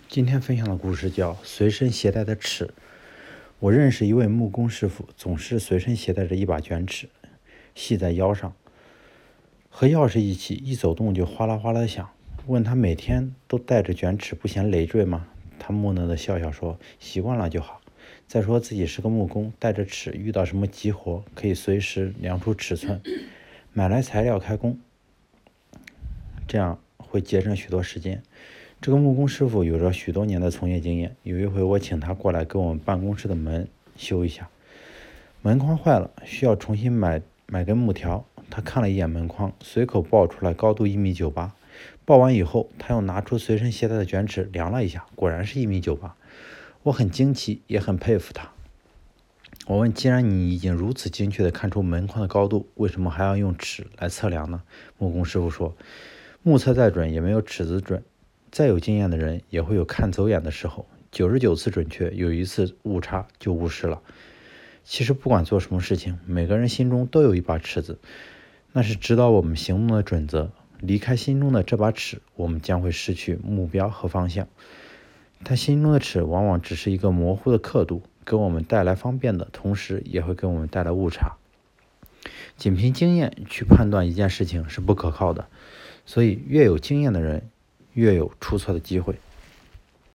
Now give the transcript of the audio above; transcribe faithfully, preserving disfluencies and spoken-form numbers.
今天分享的故事叫随身携带的尺。我认识一位木工师傅，总是随身携带着一把卷尺，系在腰上，和钥匙一起，一走动就哗啦哗啦响。问他每天都带着卷尺不嫌累赘吗？他木讷的笑笑说，习惯了就好。再说自己是个木工，带着尺遇到什么急活可以随时量出尺寸，买来材料开工，这样会节省许多时间。这个木工师傅有着许多年的从业经验。有一回我请他过来给我们办公室的门修一下，门框坏了，需要重新买买根木条。他看了一眼门框，随口报出来高度一米九八。报完以后，他又拿出随身携带的卷尺量了一下，果然是一米九八。我很惊奇，也很佩服他。我问，既然你已经如此精确地看出门框的高度，为什么还要用尺来测量呢？木工师傅说，目测再准也没有尺子准。再有经验的人也会有看走眼的时候，九十九次准确，有一次误差就误失了。其实不管做什么事情，每个人心中都有一把尺子，那是指导我们行动的准则。离开心中的这把尺，我们将会失去目标和方向。他心中的尺往往只是一个模糊的刻度，给我们带来方便的同时，也会给我们带来误差。仅凭经验去判断一件事情是不可靠的，所以越有经验的人越有出错的机会。